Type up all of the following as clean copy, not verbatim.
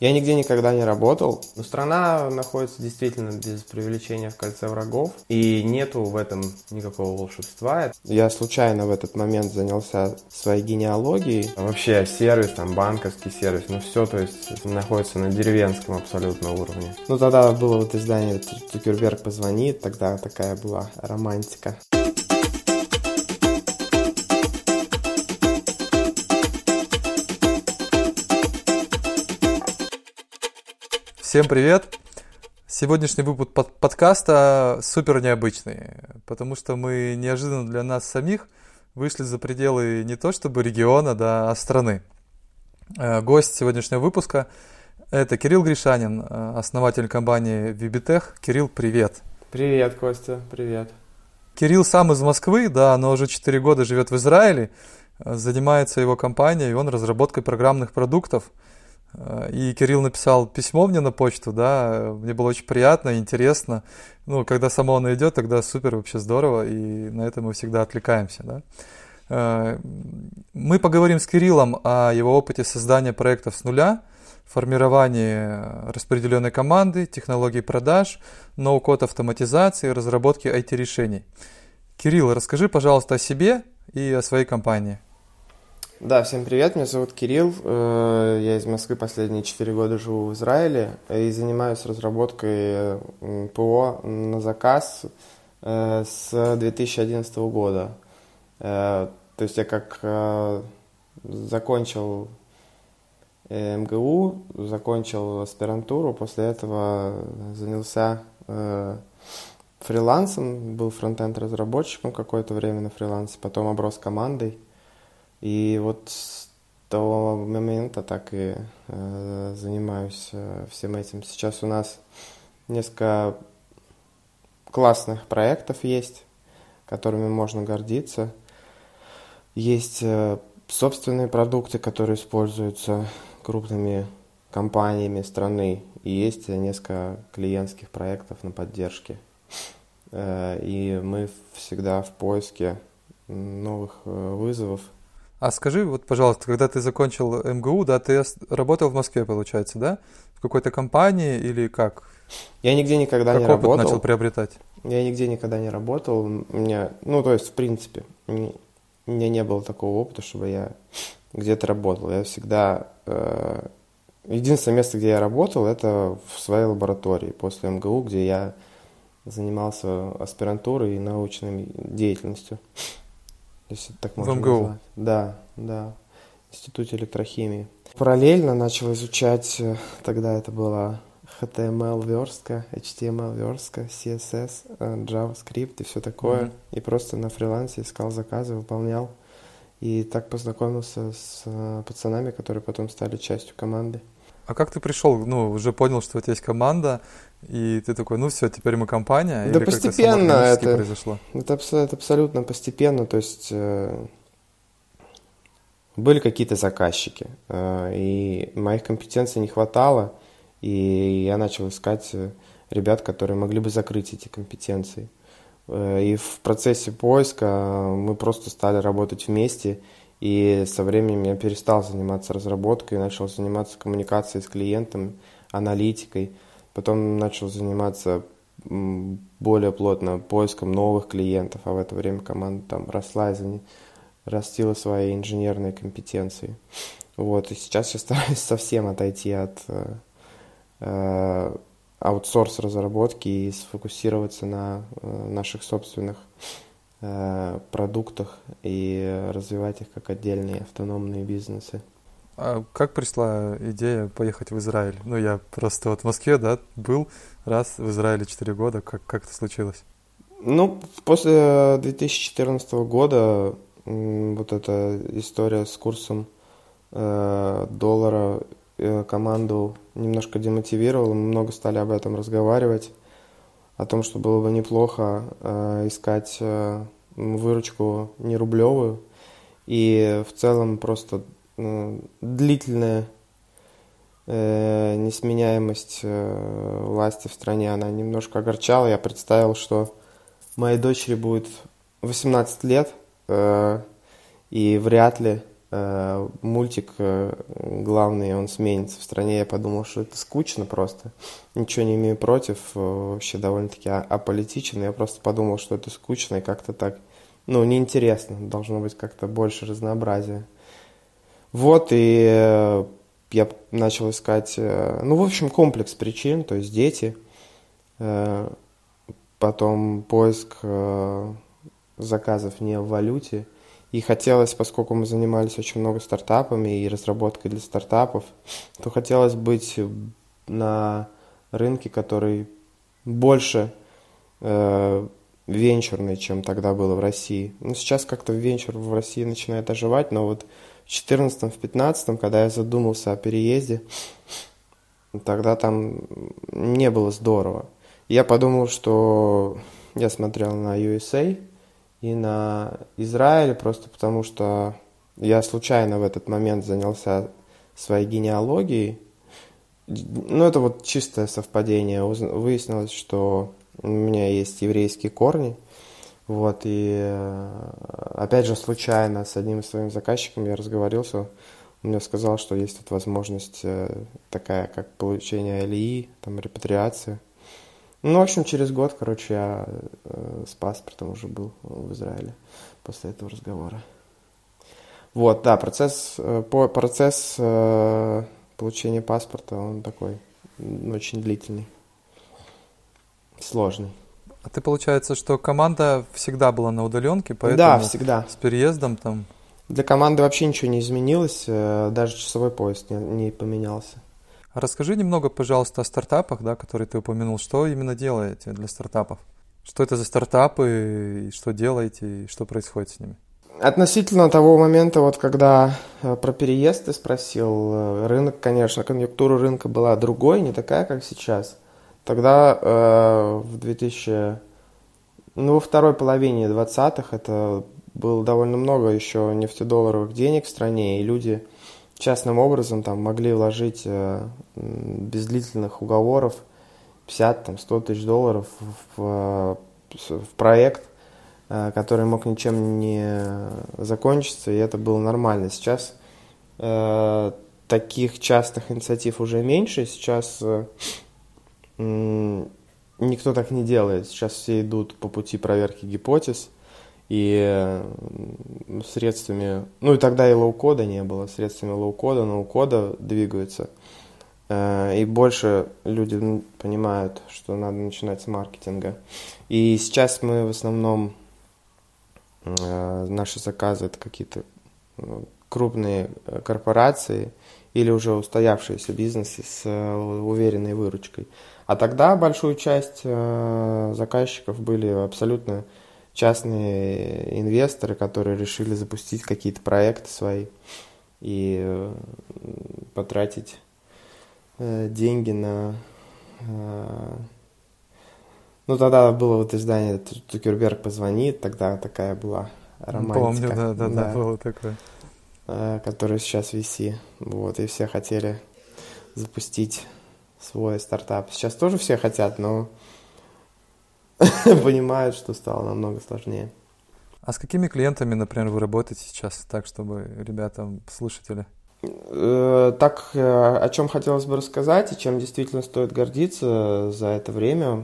Я нигде никогда не работал, но страна находится действительно без преувеличения в кольце врагов, и нету в этом никакого волшебства. Я случайно в этот момент занялся своей генеалогией. Вообще сервис, там банковский сервис, все, то есть находится на деревенском абсолютно уровне. Тогда было вот издание «Цукерберг позвонит», тогда такая была романтика. Всем привет! Сегодняшний выпуск подкаста супер необычный, потому что мы неожиданно для нас самих вышли за пределы не то чтобы региона, а страны. Гость сегодняшнего выпуска – это Кирилл Гришанин, основатель компании VBTech. Кирилл, привет! Привет, Костя, привет! Кирилл сам из Москвы, но уже 4 года живет в Израиле, занимается его компанией, он разработкой программных продуктов. И Кирилл написал письмо мне на почту, мне было очень приятно, интересно. Когда само оно идет, тогда супер, вообще здорово, и на это мы всегда отвлекаемся, Мы поговорим с Кириллом о его опыте создания проектов с нуля, формировании распределенной команды, технологий продаж, ноу-код автоматизации, разработки IT-решений. Кирилл, расскажи, пожалуйста, о себе и о своей компании. Да, всем привет, меня зовут Кирилл, я из Москвы, последние 4 года живу в Израиле и занимаюсь разработкой ПО на заказ с 2011 года. То есть я как закончил МГУ, закончил аспирантуру, после этого занялся фрилансом, был фронтенд-разработчиком какое-то время на фрилансе, потом оброс командой. И вот с того момента так и занимаюсь всем этим. Сейчас у нас несколько классных проектов есть, которыми можно гордиться. Есть собственные продукты, которые используются крупными компаниями страны. И есть несколько клиентских проектов на поддержке. И мы всегда в поиске новых вызовов. А скажи, пожалуйста, когда ты закончил МГУ, ты работал в Москве, получается, да? В какой-то компании или как? Я нигде никогда не работал. Как опыт начал приобретать? Я нигде никогда не работал. В принципе, у меня не было такого опыта, чтобы я где-то работал. Я всегда... Единственное место, где я работал, это в своей лаборатории после МГУ, где я занимался аспирантурой и научной деятельностью. Если так можно назвать. Да. В Институте электрохимии. Параллельно начал изучать, тогда это была HTML-верстка, HTML-верстка, CSS, JavaScript и все такое. Mm-hmm. И просто на фрилансе искал заказы, выполнял. И так познакомился с пацанами, которые потом стали частью команды. А как ты пришел, уже понял, что у тебя есть команда, и ты такой, все, теперь мы компания? Да, или постепенно это произошло? Это абсолютно постепенно, то есть были какие-то заказчики, и моих компетенций не хватало, и я начал искать ребят, которые могли бы закрыть эти компетенции. И в процессе поиска мы просто стали работать вместе, и со временем я перестал заниматься разработкой, начал заниматься коммуникацией с клиентом, аналитикой. Потом начал заниматься более плотно поиском новых клиентов, а в это время команда там росла и растила свои инженерные компетенции. И сейчас я стараюсь совсем отойти от аутсорс разработки и сфокусироваться на наших собственных продуктах и развивать их как отдельные автономные бизнесы. А как пришла идея поехать в Израиль? Я просто в Москве, был раз в Израиле 4 года. Как это случилось? После 2014 года эта история с курсом доллара команду немножко демотивировала. Мы много стали об этом разговаривать, о том, что было бы неплохо искать выручку не рублевую. И в целом просто длительная несменяемость власти в стране, она немножко огорчала. Я представил, что моей дочери будет 18 лет, и вряд ли мультик главный, он сменится в стране. Я подумал, что это скучно просто. Ничего не имею против, вообще довольно-таки аполитичен. Я просто подумал, что это скучно и как-то так, неинтересно. Должно быть как-то больше разнообразия. Вот, и я начал искать, в общем, комплекс причин, то есть дети, потом поиск заказов не в валюте. И хотелось, поскольку мы занимались очень много стартапами и разработкой для стартапов, то хотелось быть на рынке, который больше венчурный, чем тогда было в России. Сейчас как-то венчур в России начинает оживать, но вот в 2014-2015, когда я задумался о переезде, тогда там не было здорово. Я подумал, что я смотрел на USA и на Израиль, просто потому что я случайно в этот момент занялся своей генеалогией. Это вот чистое совпадение. Выяснилось, что у меня есть еврейские корни. Вот, и опять же случайно с одним из своих заказчиков я разговорился. Он мне сказал, что есть тут возможность такая, как получение АЛИИ, там репатриация. В общем, через год, я с паспортом уже был в Израиле после этого разговора. Вот, да, процесс получения паспорта, он такой очень длительный, сложный. А ты, получается, что команда всегда была на удаленке, поэтому да, всегда. С переездом там... Для команды вообще ничего не изменилось, даже часовой пояс не поменялся. Расскажи немного, пожалуйста, о стартапах, да, которые ты упомянул. Что именно делаете для стартапов? Что это за стартапы, и что делаете, и что происходит с ними? Относительно того момента, вот когда про переезд ты спросил, рынок, конечно, конъюнктура рынка была другой, не такая, как сейчас. Тогда во второй половине 20-х это было довольно много еще нефтедолларовых денег в стране, и люди частным образом там могли вложить без длительных уговоров 50-100 тысяч долларов в проект, который мог ничем не закончиться, и это было нормально. Сейчас таких частых инициатив уже меньше, сейчас никто так не делает. Сейчас все идут по пути проверки гипотез, и средствами, и тогда и лоу-кода не было, средствами лоу-кода, ноу-кода двигаются. И больше люди понимают, что надо начинать с маркетинга. И сейчас мы в основном, наши заказы это какие-то крупные корпорации или уже устоявшиеся бизнесы с уверенной выручкой. А тогда большую часть заказчиков были абсолютно частные инвесторы, которые решили запустить какие-то проекты свои и потратить деньги на... тогда было вот издание «Цукерберг позвонит», тогда такая была романтика. Помню, да, было такое. Которая сейчас VC. Вот, и все хотели запустить свой стартап. Сейчас тоже все хотят, но понимают, что стало намного сложнее. А с какими клиентами, например, вы работаете сейчас, так, чтобы ребятам, слушатели? Так, о чем хотелось бы рассказать и чем действительно стоит гордиться за это время.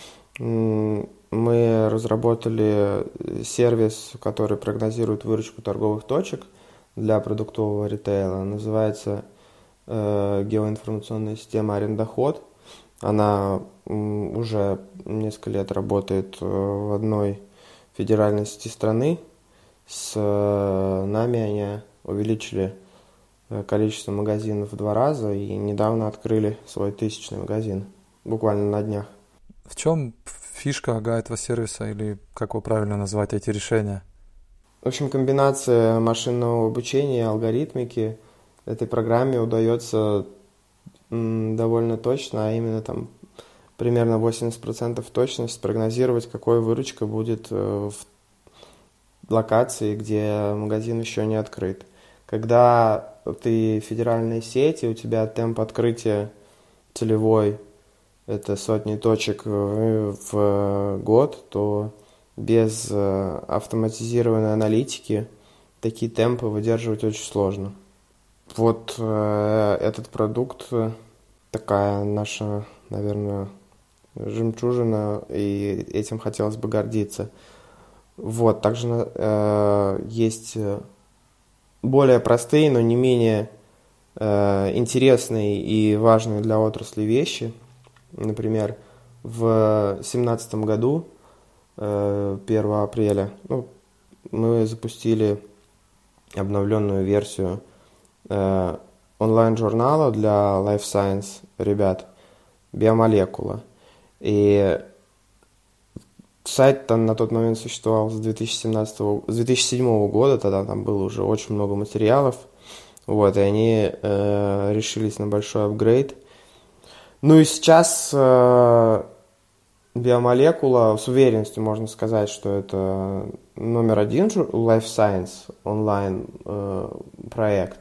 Мы разработали сервис, который прогнозирует выручку торговых точек для продуктового ритейла. Называется геоинформационная система «Арендоход». Она уже несколько лет работает в одной федеральной сети страны. С нами они увеличили количество магазинов в 2 раза и недавно открыли свой 1000-й магазин, буквально на днях. В чем фишка этого сервиса, или как его правильно назвать, эти решения? В общем, комбинация машинного обучения и алгоритмики этой программе удается довольно точно, а именно там примерно 80% точность прогнозировать, какой выручка будет в локации, где магазин еще не открыт. Когда ты федеральная сеть, и у тебя темп открытия целевой – это сотни точек в год, то без автоматизированной аналитики такие темпы выдерживать очень сложно. Вот этот продукт такая наша, наверное, жемчужина, и этим хотелось бы гордиться. Вот, также есть более простые, но не менее интересные и важные для отрасли вещи. Например, в 2017 году, 1 апреля, мы запустили обновленную версию онлайн-журнала для Life Science ребят «Биомолекула». И сайт там на тот момент существовал с 2007 года, тогда там было уже очень много материалов. Вот, и они решились на большой апгрейд. Ну и сейчас Биомолекула, с уверенностью можно сказать, что это номер один Life Science онлайн проект.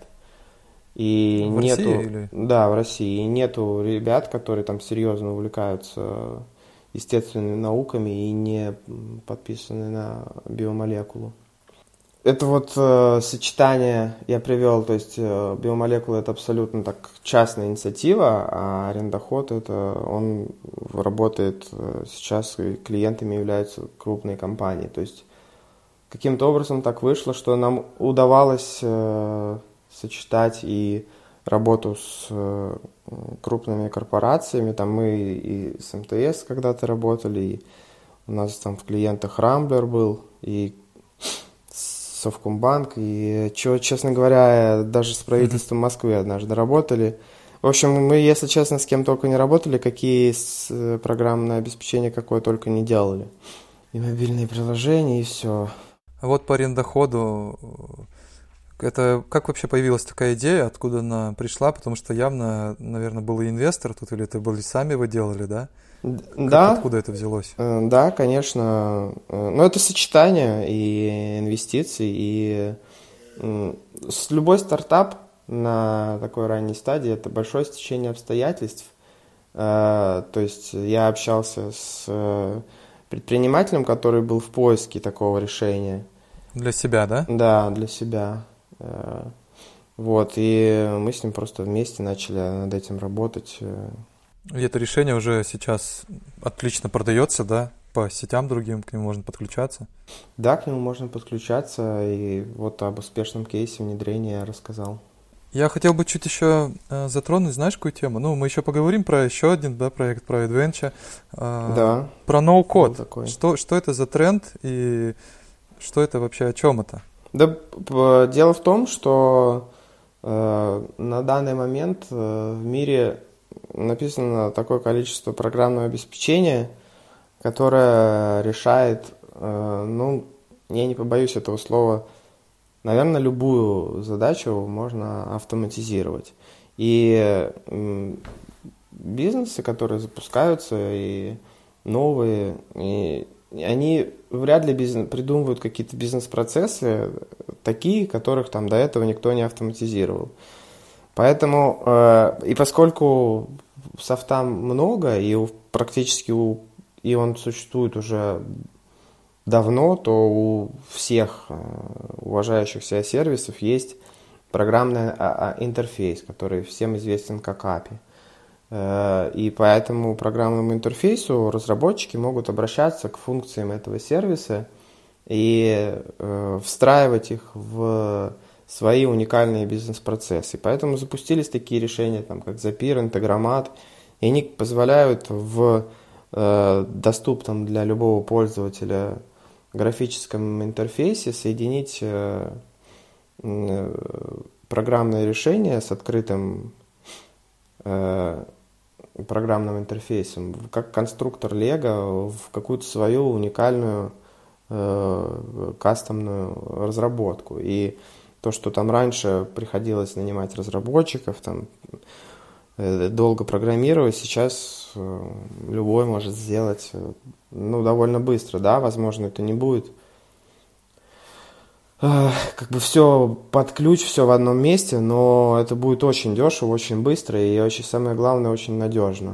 И в нету, России или? Да, в России. И нету ребят, которые там серьезно увлекаются естественными науками и не подписаны на биомолекулу. Это вот сочетание я привел, то есть биомолекула это абсолютно так частная инициатива, а арендоход он работает сейчас, и клиентами являются крупные компании. То есть каким-то образом так вышло, что нам удавалось сочетать и работу с крупными корпорациями. Там мы и с МТС когда-то работали, и у нас там в клиентах Рамблер был, и Совкомбанк, и, честно говоря, даже с правительством Москвы однажды работали. В общем, мы, если честно, с кем только не работали, какие программное обеспечение какое только не делали. И мобильные приложения, и все. А вот по арендоходу, это как вообще появилась такая идея, откуда она пришла? Потому что явно, наверное, был и инвестор тут, или это были сами вы делали, да? Да. Откуда это взялось? Да, конечно. Но это сочетание и инвестиций, и любой стартап на такой ранней стадии это большое стечение обстоятельств. То есть я общался с предпринимателем, который был в поиске такого решения. Для себя, да? Да, для себя. Вот, и мы с ним просто вместе начали над этим работать. И это решение уже сейчас отлично продается, да? По сетям другим к нему можно подключаться? Да, к нему можно подключаться, и вот об успешном кейсе внедрения я рассказал. Я хотел бы чуть еще затронуть, знаешь, какую тему? Ну, мы еще поговорим про еще один, да, проект, про Adventure. Да. Про ноу-код. Что это за тренд и что это вообще, о чем это? Да, дело в том, что на данный момент в мире написано такое количество программного обеспечения, которое решает, ну, я не побоюсь этого слова, наверное, любую задачу можно автоматизировать. И бизнесы, которые запускаются, и новые, и они вряд ли придумывают какие-то бизнес-процессы такие, которых там до этого никто не автоматизировал. Поэтому, и поскольку софта много, и практически и он существует уже давно, то у всех уважающих себя сервисов есть программный интерфейс, который всем известен как API. И по этому программному интерфейсу разработчики могут обращаться к функциям этого сервиса и встраивать их в свои уникальные бизнес-процессы. Поэтому запустились такие решения, там, как Zapier, Integromat, и они позволяют в доступном для любого пользователя графическом интерфейсе соединить программное решение с открытым программным интерфейсом, как конструктор Lego в какую-то свою уникальную кастомную разработку. И то, что там раньше приходилось нанимать разработчиков, там долго программировать, сейчас любой может сделать, ну, довольно быстро, да, возможно, это не будет как бы все под ключ, все в одном месте, но это будет очень дешево, очень быстро и очень, самое главное, очень надежно.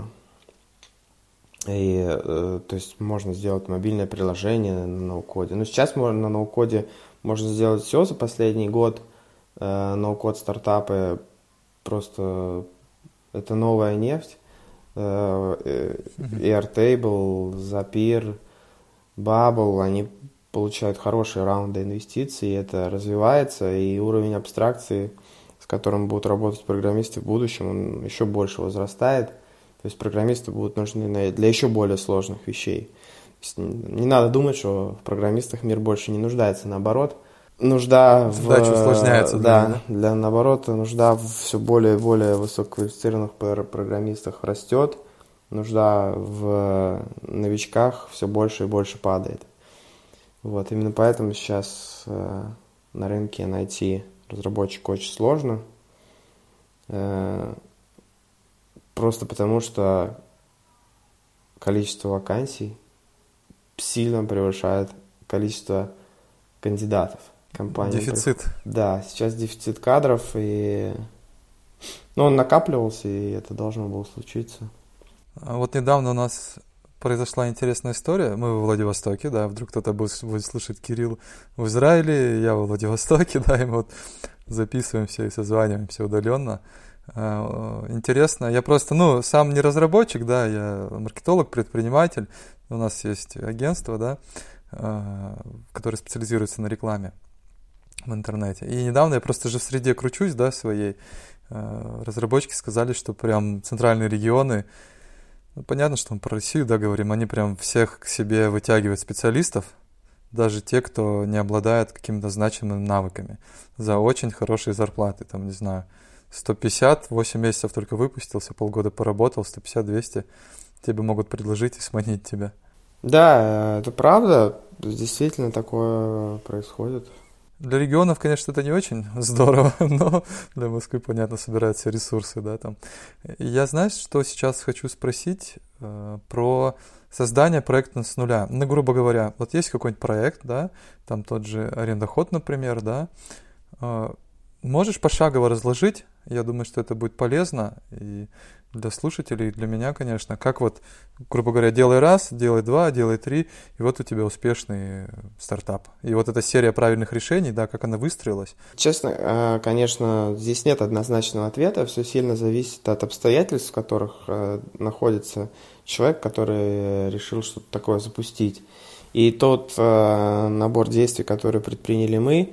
И, то есть можно сделать мобильное приложение на ноу-коде. Но сейчас можно на ноу-коде можно сделать все за последний год. Ноу-код стартапы просто это новая нефть. Airtable, Zapier, Bubble, они получают хорошие раунды инвестиций, это развивается, и уровень абстракции, с которым будут работать программисты в будущем, он еще больше возрастает. То есть программисты будут нужны для еще более сложных вещей. Не надо думать, что в программистах мир больше не нуждается, наоборот. Нужда задача усложняется. Наоборот, нужда в все более и более высококвалифицированных программистах растет, нужда в новичках все больше и больше падает. Вот, именно поэтому сейчас на рынке найти разработчика очень сложно. Просто потому, что количество вакансий сильно превышает количество кандидатов. Дефицит. Да, сейчас дефицит кадров, и он накапливался, и это должно было случиться. Вот недавно у нас произошла интересная история. Мы во Владивостоке, да, вдруг кто-то будет слушать Кирилл в Израиле, я во Владивостоке, да, и мы вот записываемся и созваниваемся удаленно. Интересно, я просто, сам не разработчик, да, я маркетолог, предприниматель, у нас есть агентство, да, которое специализируется на рекламе в интернете. И недавно я просто же в среде кручусь, да, своей. Разработчики сказали, что прям центральные регионы, понятно, что мы про Россию, да, говорим, они прям всех к себе вытягивают специалистов, даже те, кто не обладает какими-то значимыми навыками, за очень хорошие зарплаты, там, не знаю, 150, 8 месяцев только выпустился, полгода поработал, 150-200 тебе могут предложить и сманить тебя. Да, это правда, действительно такое происходит. Для регионов, конечно, это не очень здорово, но для Москвы, понятно, собирают все ресурсы, да, там. Я, знаешь, что сейчас хочу спросить про создание проекта с нуля. Грубо говоря, вот есть какой-нибудь проект, да, там тот же арендоход, например, да, можешь пошагово разложить, я думаю, что это будет полезно и для слушателей, и для меня, конечно, как вот, грубо говоря, делай раз, делай два, делай три, и вот у тебя успешный стартап. И вот эта серия правильных решений, да, как она выстроилась. Честно, конечно, здесь нет однозначного ответа, все сильно зависит от обстоятельств, в которых находится человек, который решил что-то такое запустить. И тот набор действий, который предприняли мы,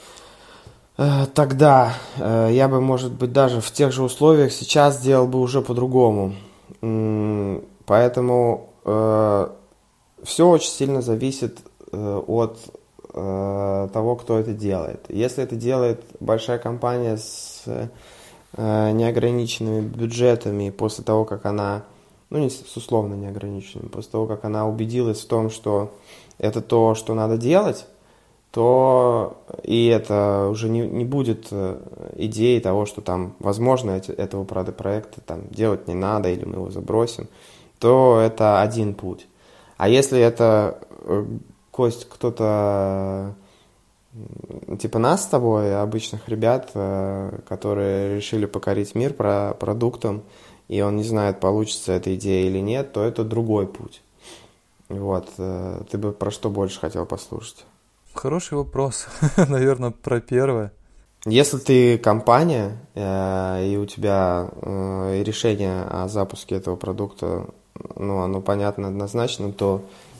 тогда я бы, может быть, даже в тех же условиях сейчас делал бы уже по-другому. Поэтому все очень сильно зависит от того, кто это делает. Если это делает большая компания с неограниченными бюджетами, после того, как она, не с условно неограниченными, после того, как она убедилась в том, что это то, что надо делать, то и это уже не будет идеи того, что там, возможно, этого проекта там делать не надо, или мы его забросим, то это один путь. А если это, Кость, кто-то типа нас с тобой, обычных ребят, которые решили покорить мир продуктом, и он не знает, получится эта идея или нет, то это другой путь. Вот. Ты бы про что больше хотел послушать? Хороший вопрос. Наверное, про первое. Если ты компания, и у тебя решение о запуске этого продукта, оно понятно, однозначно, то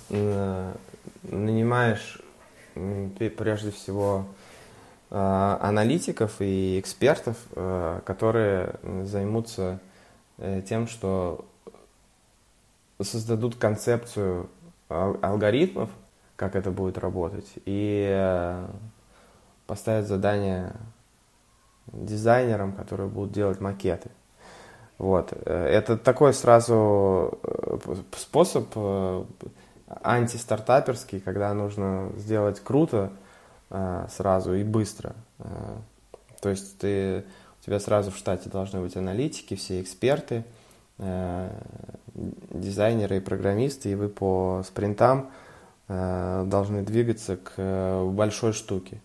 нанимаешь ты прежде всего аналитиков и экспертов, которые займутся тем, что создадут концепцию алгоритмов, как это будет работать, и поставят задание дизайнерам, которые будут делать макеты. Вот. Это такой сразу способ антистартаперский, когда нужно сделать круто сразу и быстро. То есть у тебя сразу в штате должны быть аналитики, все эксперты, дизайнеры и программисты, и вы по спринтам должны двигаться к большой штуке.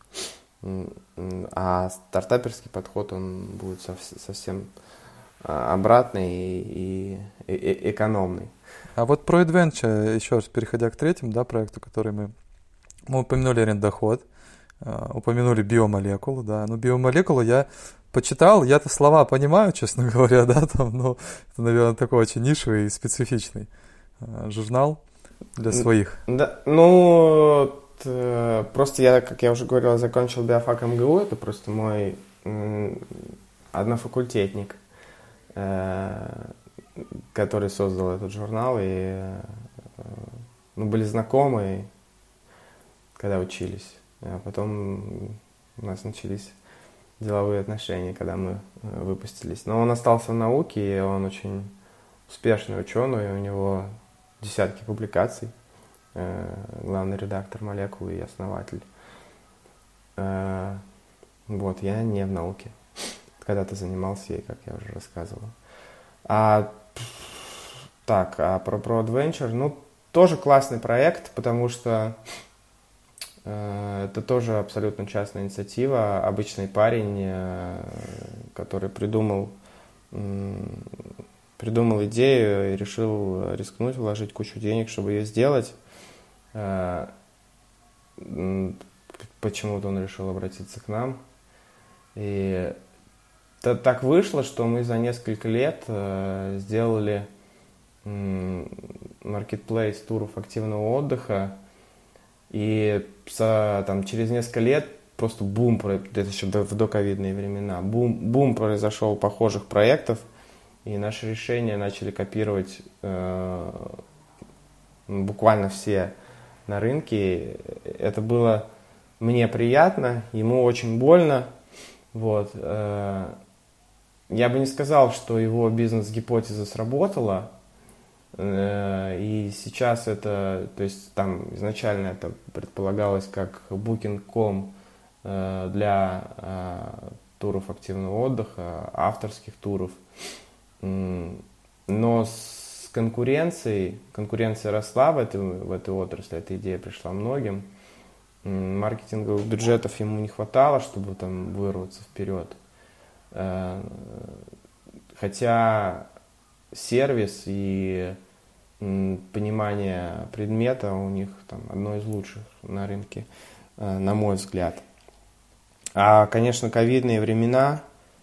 А стартаперский подход, он будет совсем обратный и экономный. А вот про Adventure, еще раз переходя к третьему, да, проекту, который мы упомянули, арендоход. упомянули биомолекулу, да. Ну, биомолекулу я почитал, я-то слова понимаю, честно говоря, да, там, но это, наверное, такой очень нишевый и специфичный журнал для своих. Да, ну, просто я, как я уже говорил, закончил биофак МГУ, это просто мой однофакультетник, который создал этот журнал, и мы были знакомы, когда учились, а потом у нас начались деловые отношения, когда мы выпустились. Но он остался в науке, и он очень успешный ученый, у него десятки публикаций, главный редактор «Молекулы» и основатель. Вот, я не в науке. Когда-то занимался ей, как я уже рассказывал. А про Adventure, ну, тоже классный проект, потому что это тоже абсолютно частная инициатива. Обычный парень, который придумал идею и решил рискнуть, вложить кучу денег, чтобы ее сделать. Почему-то он решил обратиться к нам. И так вышло, что мы за несколько лет сделали маркетплейс туров активного отдыха. И через несколько лет просто бум, это еще в доковидные времена, бум произошел похожих проектов, и наши решения начали копировать буквально все на рынке. Это было мне приятно, ему очень больно. Вот. Я бы не сказал, что его бизнес-гипотеза сработала. И сейчас то есть там изначально это предполагалось как Booking.com для туров активного отдыха, авторских туров. Но с конкуренция росла в этой отрасли, эта идея пришла многим. Маркетинговых бюджетов ему не хватало, чтобы там вырваться вперед. Хотя сервис и понимание предмета у них там одно из лучших на рынке, на мой взгляд. А, конечно, ковидные времена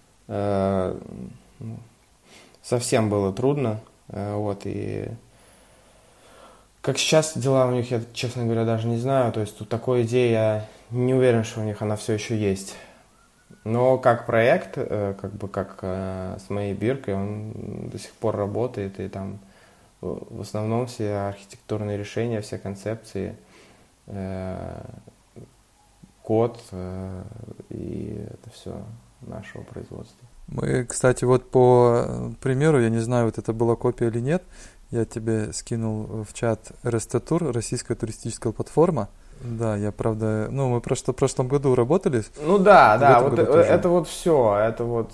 совсем было трудно. Вот, и как сейчас дела у них, я, честно говоря, даже не знаю. То есть тут такой идеи, я не уверен, что у них она все еще есть. Но как проект, как с моей биркой, он до сих пор работает, и там в основном все архитектурные решения, все концепции, код, и это все нашего производства. Мы, кстати, вот по примеру, я не знаю, вот это была копия или нет, я тебе скинул в чат RST-тур, российская туристическая платформа. Да, я правда, мы просто в прошлом году работали. Ну да, вот это вот все, это вот,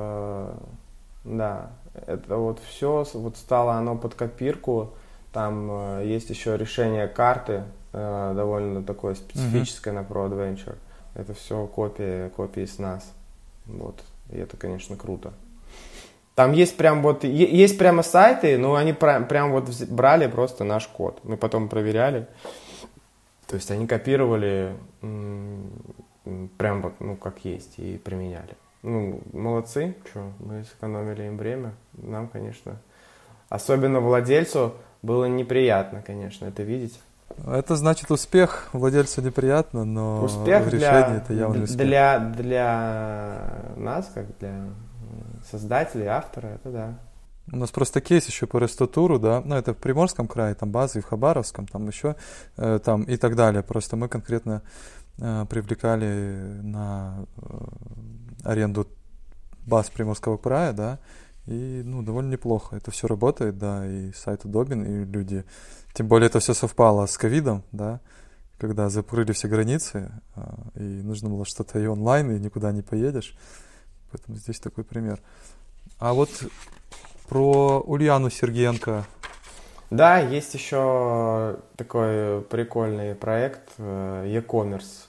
да, это вот все, вот стало оно под копирку. Там есть еще решение карты, довольно такое специфическое на Pro Adventure. Это все копии с нас, вот, и это, конечно, круто. Там есть прямо сайты, но они прям вот брали просто наш код. Мы потом проверяли. То есть они копировали прям вот, как есть, и применяли. Молодцы, мы сэкономили им время. Нам, конечно, особенно владельцу было неприятно, конечно, это видеть. Это значит успех. Владельцу неприятно, но успех решение это явный успех. Для нас, как для создателей, автора, это да. У нас просто кейс еще по RST-туру, да, это в Приморском крае, там базы, в Хабаровском, там еще, там и так далее. Просто мы конкретно привлекали на аренду баз Приморского края, да, и, довольно неплохо. Это все работает, да, и сайт удобен, и люди, тем более это все совпало с ковидом, да, когда закрыли все границы, и нужно было что-то и онлайн, и никуда не поедешь. Поэтому здесь такой пример. А вот про Ульяну Сергеенко. Да, есть еще такой прикольный проект e-commerce.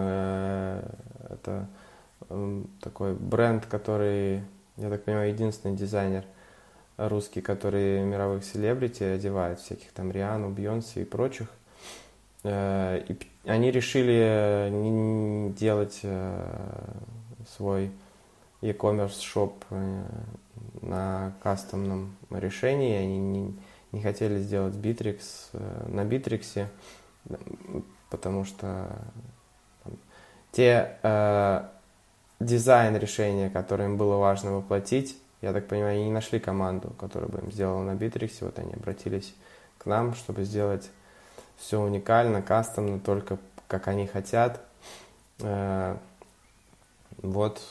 Это такой бренд, который, я так понимаю, единственный дизайнер русский, который мировых селебрити одевает, всяких там Риану, Бейонсе и прочих. И они решили не делать свой e-commerce шоп на кастомном решении. Они не хотели сделать Bittrex на Bittrex, потому что те дизайн решения, которые им было важно воплотить, я так понимаю, они не нашли команду, которая бы им сделала на Bittrex. Вот они обратились к нам, чтобы сделать все уникально, кастомно, только как они хотят. Вот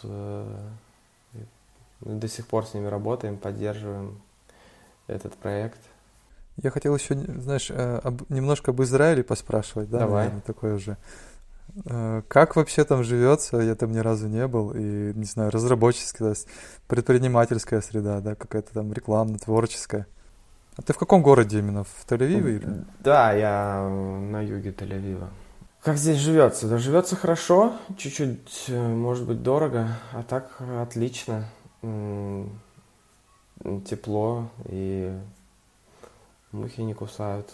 до сих пор с ними работаем, поддерживаем этот проект. Я хотел еще, знаешь, немножко об Израиле поспрашивать, да, Давай. наверное, такое же. Как вообще там живется? Я там ни разу не был. И, не знаю, разработческая, предпринимательская среда, да, какая-то там рекламная, творческая. А ты в каком городе именно? В Тель-Авиве или? Да, я на юге Тель-Авива. Как здесь живется? Да, живется хорошо, чуть-чуть, может быть, дорого, а так отлично. Тепло и мухи не кусают.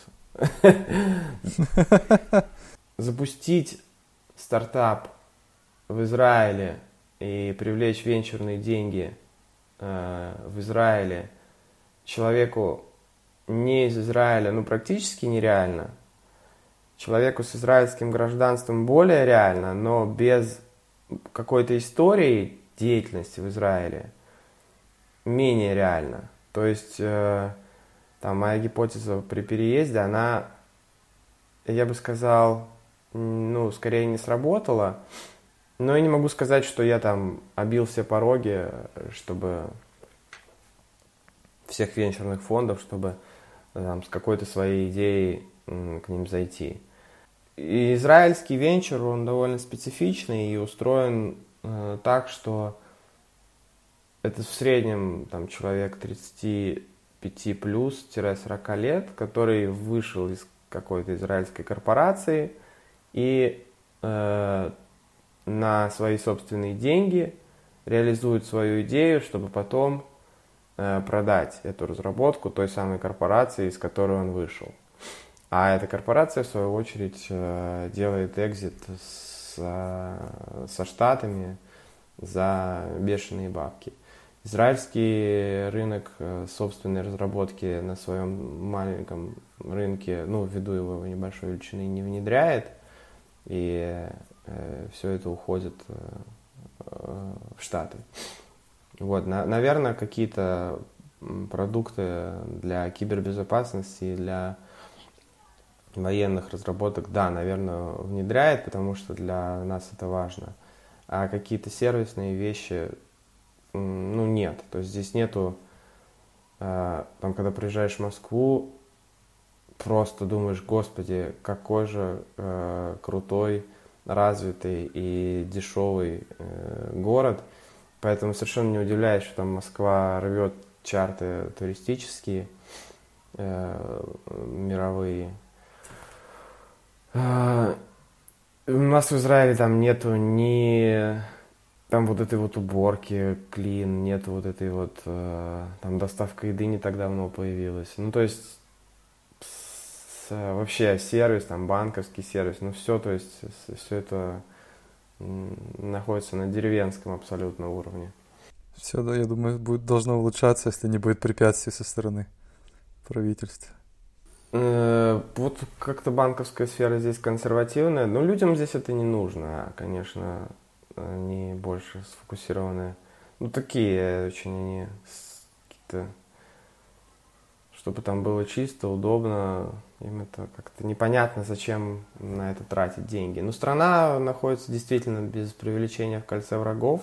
Запустить стартап в Израиле и привлечь венчурные деньги в Израиле человеку не из Израиля, ну, практически нереально. Человеку с израильским гражданством более реально, но без какой-то истории деятельности в Израиле менее реально. То есть, там, моя гипотеза при переезде, она, я бы сказал, ну, скорее не сработала, но я не могу сказать, что я там обил все пороги, чтобы всех венчурных фондов, чтобы там, с какой-то своей идеей к ним зайти. И израильский венчур, он довольно специфичный и устроен так, что это в среднем там, человек 35 плюс-40 лет, который вышел из какой-то израильской корпорации и на свои собственные деньги реализует свою идею, чтобы потом продать эту разработку той самой корпорации, из которой он вышел. А эта корпорация, в свою очередь, делает экзит со Штатами за бешеные бабки. Израильский рынок собственной разработки на своем маленьком рынке, ну, ввиду его небольшой величины, не внедряет, и все это уходит в Штаты. Вот, наверное, какие-то продукты для кибербезопасности, для военных разработок, да, наверное, внедряет, потому что для нас это важно. А какие-то сервисные вещи, ну, нет. То есть здесь нету, там, когда приезжаешь в Москву, просто думаешь, господи, какой же крутой, развитый и дешевый город. Поэтому совершенно не удивляюсь, что там Москва рвет чарты туристические, мировые. У нас в Израиле там нету ни там вот этой вот уборки, клин, нету вот этой вот там доставка еды не так давно появилась. Ну, то есть вообще сервис, там банковский сервис, ну все, то есть все это находится на деревенском абсолютно уровне. Все, да, я думаю, должно улучшаться, если не будет препятствий со стороны правительства. Вот как-то банковская сфера здесь консервативная, но людям здесь это не нужно, конечно, они больше сфокусированы, ну такие очень они какие-то, чтобы там было чисто, удобно, им это как-то непонятно, зачем на это тратить деньги. Но страна находится действительно без преувеличения в кольце врагов,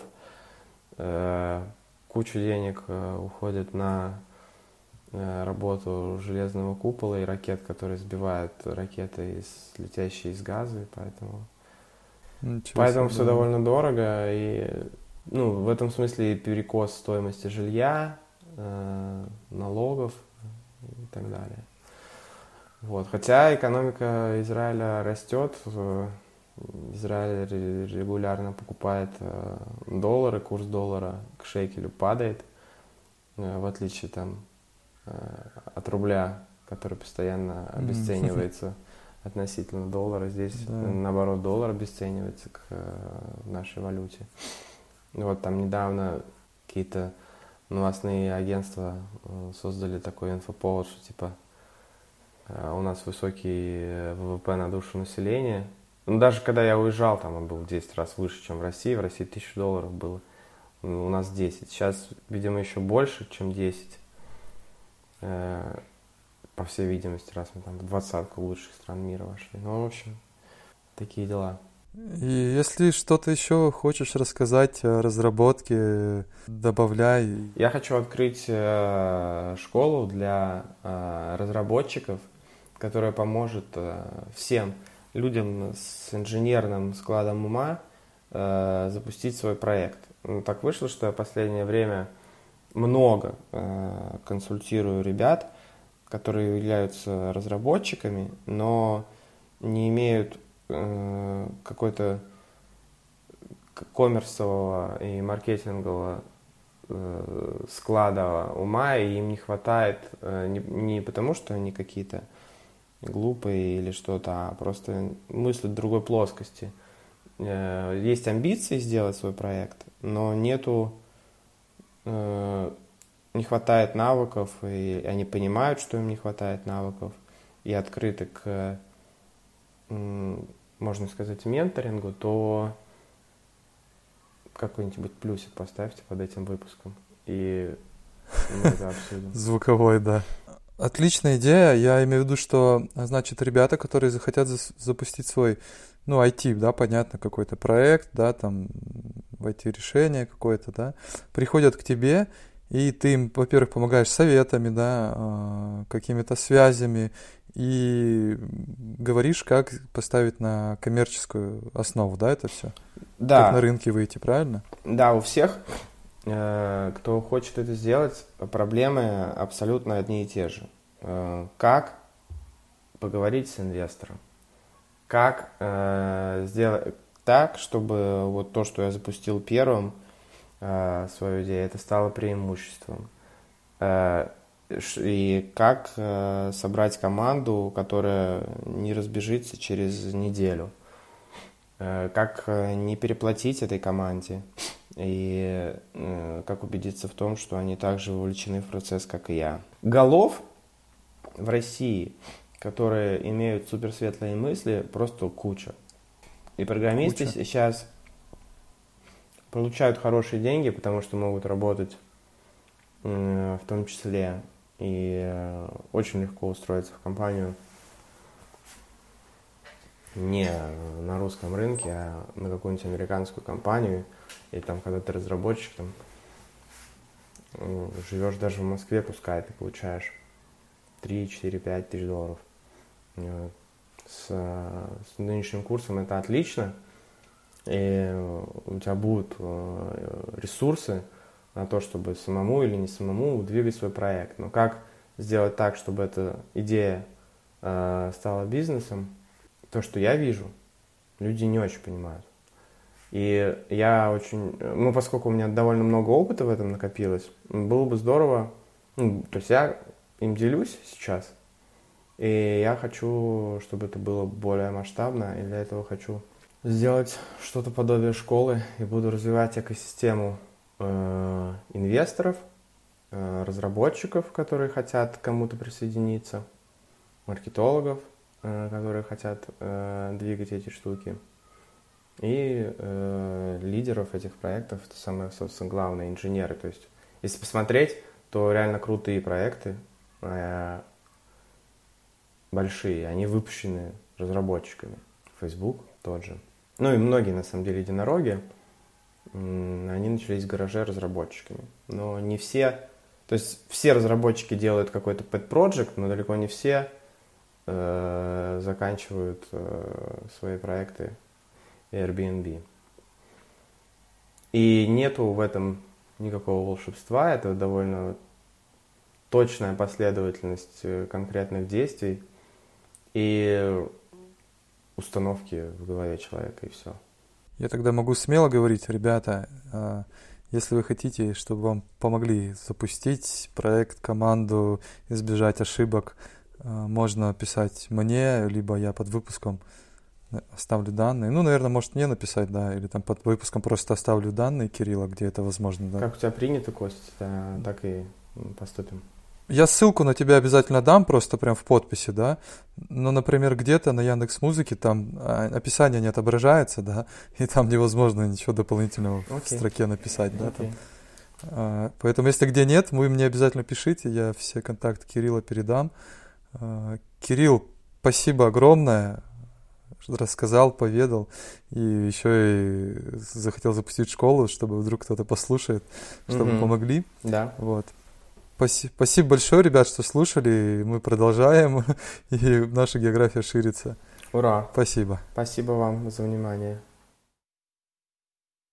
кучу денег уходит на работу железного купола и ракет, которые сбивают ракеты, летящие из газа, поэтому все довольно дорого, и ну, в этом смысле перекос стоимости жилья, налогов и так далее. Вот. Хотя экономика Израиля растет, Израиль регулярно покупает доллары, курс доллара к шекелю падает, в отличие там от рубля, который постоянно обесценивается относительно доллара. Здесь, Да. наоборот, доллар обесценивается к нашей валюте. Вот там недавно какие-то новостные агентства создали такой инфоповод, что типа у нас высокий ВВП на душу населения. Ну, даже когда я уезжал, там он был в 10 раз выше, чем в России. В России $1000 было. У нас 10. Сейчас, видимо, еще больше, чем 10. По всей видимости, раз мы там в 20-ку лучших стран мира вошли. Ну, в общем, такие дела. И если что-то еще хочешь рассказать о разработке, добавляй. Я хочу открыть школу для разработчиков, которая поможет всем людям с инженерным складом ума запустить свой проект. Ну, так вышло, что я в последнее время много консультирую ребят, которые являются разработчиками, но не имеют какой-то коммерсового и маркетингового склада ума, и им не хватает не потому, что они какие-то глупые или что-то, а просто мыслят в другой плоскости. Есть амбиции сделать свой проект, но не хватает навыков, и они понимают, что им не хватает навыков, и открыты к, можно сказать, менторингу, то какой-нибудь плюсик поставьте под этим выпуском, и мы это обсудим. Звуковой, да. Отличная идея. Я имею в виду, что, значит, ребята, которые захотят запустить свой, IT, да, понятно, какой-то проект, да, там, IT-решение какое-то, да, приходят к тебе, и ты им, во-первых, помогаешь советами, да, какими-то связями, и говоришь, как поставить на коммерческую основу, да, это все? Да. Как на рынке выйти, правильно? Да, у всех, кто хочет это сделать, проблемы абсолютно одни и те же. Как поговорить с инвестором? Как сделать так, чтобы вот то, что я запустил первым, свою идею, это стало преимуществом? И как собрать команду, которая не разбежится через неделю? Как не переплатить этой команде? И как убедиться в том, что они также вовлечены в процесс, как и я? Голов в России, которые имеют суперсветлые мысли, просто куча. И программисты сейчас получают хорошие деньги, потому что могут работать в том числе. И очень легко устроиться в компанию не на русском рынке, а на какую-нибудь американскую компанию. И там, когда ты разработчик, там живешь даже в Москве, пускай ты получаешь 3, 4, 5 тысяч долларов. С нынешним курсом это отлично. И у тебя будут ресурсы на то, чтобы самому или не самому двигать свой проект. Но как сделать так, чтобы эта идея стала бизнесом? То, что я вижу, люди не очень понимают. И я очень, поскольку у меня довольно много опыта в этом накопилось, было бы здорово, то есть я им делюсь сейчас, и я хочу, чтобы это было более масштабно, и для этого хочу сделать что-то подобие школы, и буду развивать экосистему инвесторов, разработчиков, которые хотят к кому-то присоединиться, маркетологов, которые хотят двигать эти штуки, и лидеров этих проектов, это самое, собственно, главное, инженеры. То есть, если посмотреть, то реально крутые проекты, большие, они выпущены разработчиками. Facebook тот же. И многие, на самом деле, единороги, они начались в гараже разработчиками. Но не все, то есть все разработчики делают какой-то pet project, но далеко не все заканчивают свои проекты Airbnb. И нету в этом никакого волшебства, это довольно точная последовательность конкретных действий и установки в голове человека, и все. Я тогда могу смело говорить, ребята, если вы хотите, чтобы вам помогли запустить проект, команду, избежать ошибок, можно писать мне, либо я под выпуском оставлю данные. Ну, наверное, может мне написать, да, или там под выпуском просто оставлю данные Кирилла, где это возможно, да. Как у тебя принято, Кость, так и поступим. Я ссылку на тебя обязательно дам, просто прям в подписи, да. Но, например, где-то на Яндекс.Музыке там описание не отображается, да, и там невозможно ничего дополнительного в строке написать, да. Там. Поэтому, если где нет, вы мне обязательно пишите, я все контакты Кирилла передам. Кирилл, спасибо огромное, что рассказал, поведал, и еще и захотел запустить школу, чтобы вдруг кто-то послушает, чтобы помогли. Да. Вот. Спасибо большое, ребят, что слушали. Мы продолжаем, и наша география ширится. Ура! Спасибо. Спасибо вам за внимание.